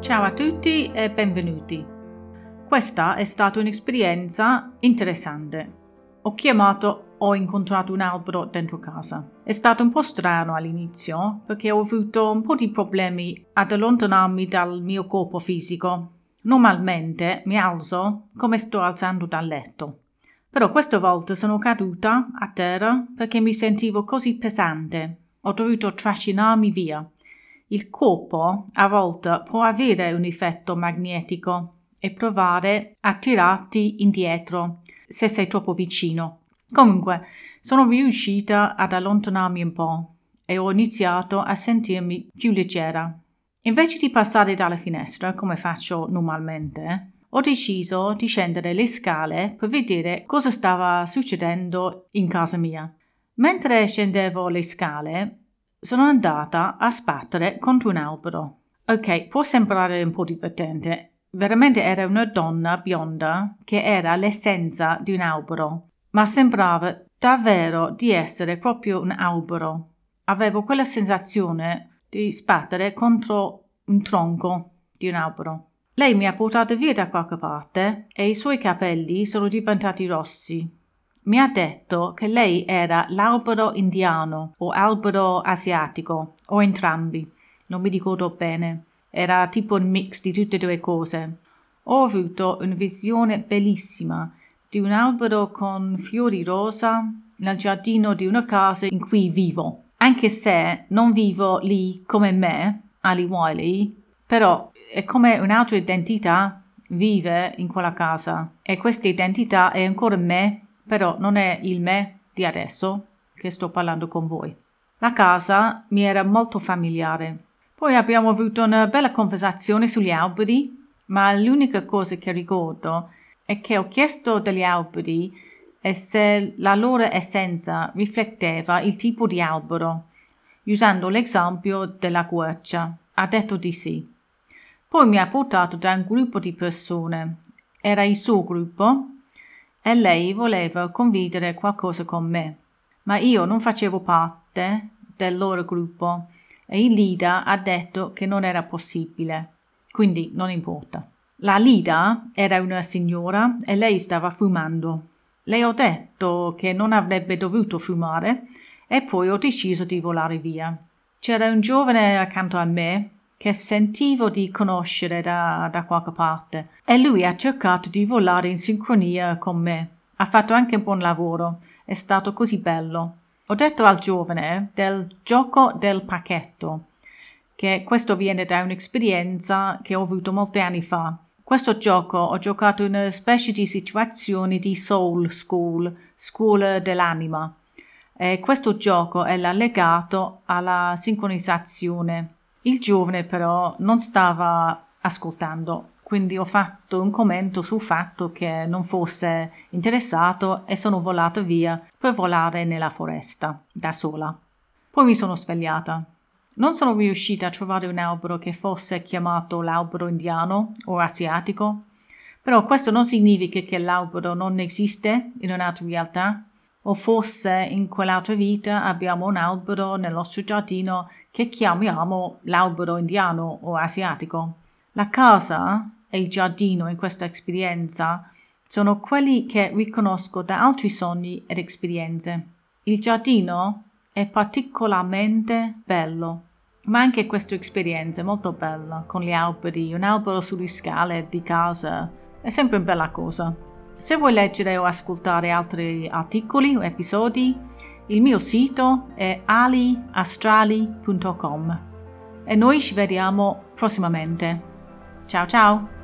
Ciao a tutti e benvenuti. Questa è stata un'esperienza interessante. Ho incontrato un albero dentro casa. È stato un po' strano all'inizio perché ho avuto un po' di problemi ad allontanarmi dal mio corpo fisico. Normalmente mi alzo come sto alzando dal letto. Però questa volta sono caduta a terra perché mi sentivo così pesante. Ho dovuto trascinarmi via. Il corpo a volte può avere un effetto magnetico e provare a tirarti indietro se sei troppo vicino. Comunque, sono riuscita ad allontanarmi un po' e ho iniziato a sentirmi più leggera. Invece di passare dalla finestra, come faccio normalmente, ho deciso di scendere le scale per vedere cosa stava succedendo in casa mia. Mentre scendevo le scale, sono andata a sbattere contro un albero. Ok, può sembrare un po' divertente. Veramente era una donna bionda che era l'essenza di un albero, ma sembrava davvero di essere proprio un albero. Avevo quella sensazione di sbattere contro un tronco di un albero. Lei mi ha portato via da qualche parte e i suoi capelli sono diventati rossi. Mi ha detto che lei era l'albero indiano o albero asiatico, o entrambi, non mi ricordo bene. Era tipo un mix di tutte e due cose. Ho avuto una visione bellissima di un albero con fiori rosa nel giardino di una casa in cui vivo. Anche se non vivo lì come me, Ali Wiley, però è come un'altra identità vive in quella casa e questa identità è ancora me. Però non è il me di adesso che sto parlando con voi. La casa mi era molto familiare. Poi abbiamo avuto una bella conversazione sugli alberi, ma l'unica cosa che ricordo è che ho chiesto degli alberi e se la loro essenza rifletteva il tipo di albero, usando l'esempio della quercia. Ha detto di sì. Poi mi ha portato da un gruppo di persone. Era il suo gruppo e lei voleva condividere qualcosa con me, ma io non facevo parte del loro gruppo e il leader ha detto che non era possibile, quindi non importa. La leader era una signora e lei stava fumando. Le ho detto che non avrebbe dovuto fumare e poi ho deciso di volare via. C'era un giovane accanto a me che sentivo di conoscere da qualche parte e lui ha cercato di volare in sincronia con me. Ha fatto anche un buon lavoro, è stato così bello. Ho detto al giovane del gioco del pacchetto, che questo viene da un'esperienza che ho avuto molti anni fa. Questo gioco ho giocato in una specie di situazione di Soul School, scuola dell'anima. E questo gioco è legato alla sincronizzazione. Il giovane però non stava ascoltando, quindi ho fatto un commento sul fatto che non fosse interessato e sono volata via per volare nella foresta, da sola. Poi mi sono svegliata. Non sono riuscita a trovare un albero che fosse chiamato l'albero indiano o asiatico, però questo non significa che l'albero non esiste in un'altra realtà. O forse in quell'altra vita abbiamo un albero nel nostro giardino che chiamiamo l'albero indiano o asiatico. La casa e il giardino in questa esperienza sono quelli che riconosco da altri sogni ed esperienze. Il giardino è particolarmente bello, ma anche questa esperienza è molto bella, con gli alberi, un albero sulle scale di casa, è sempre una bella cosa. Se vuoi leggere o ascoltare altri articoli o episodi, il mio sito è aliastrali.com e noi ci vediamo prossimamente. Ciao ciao!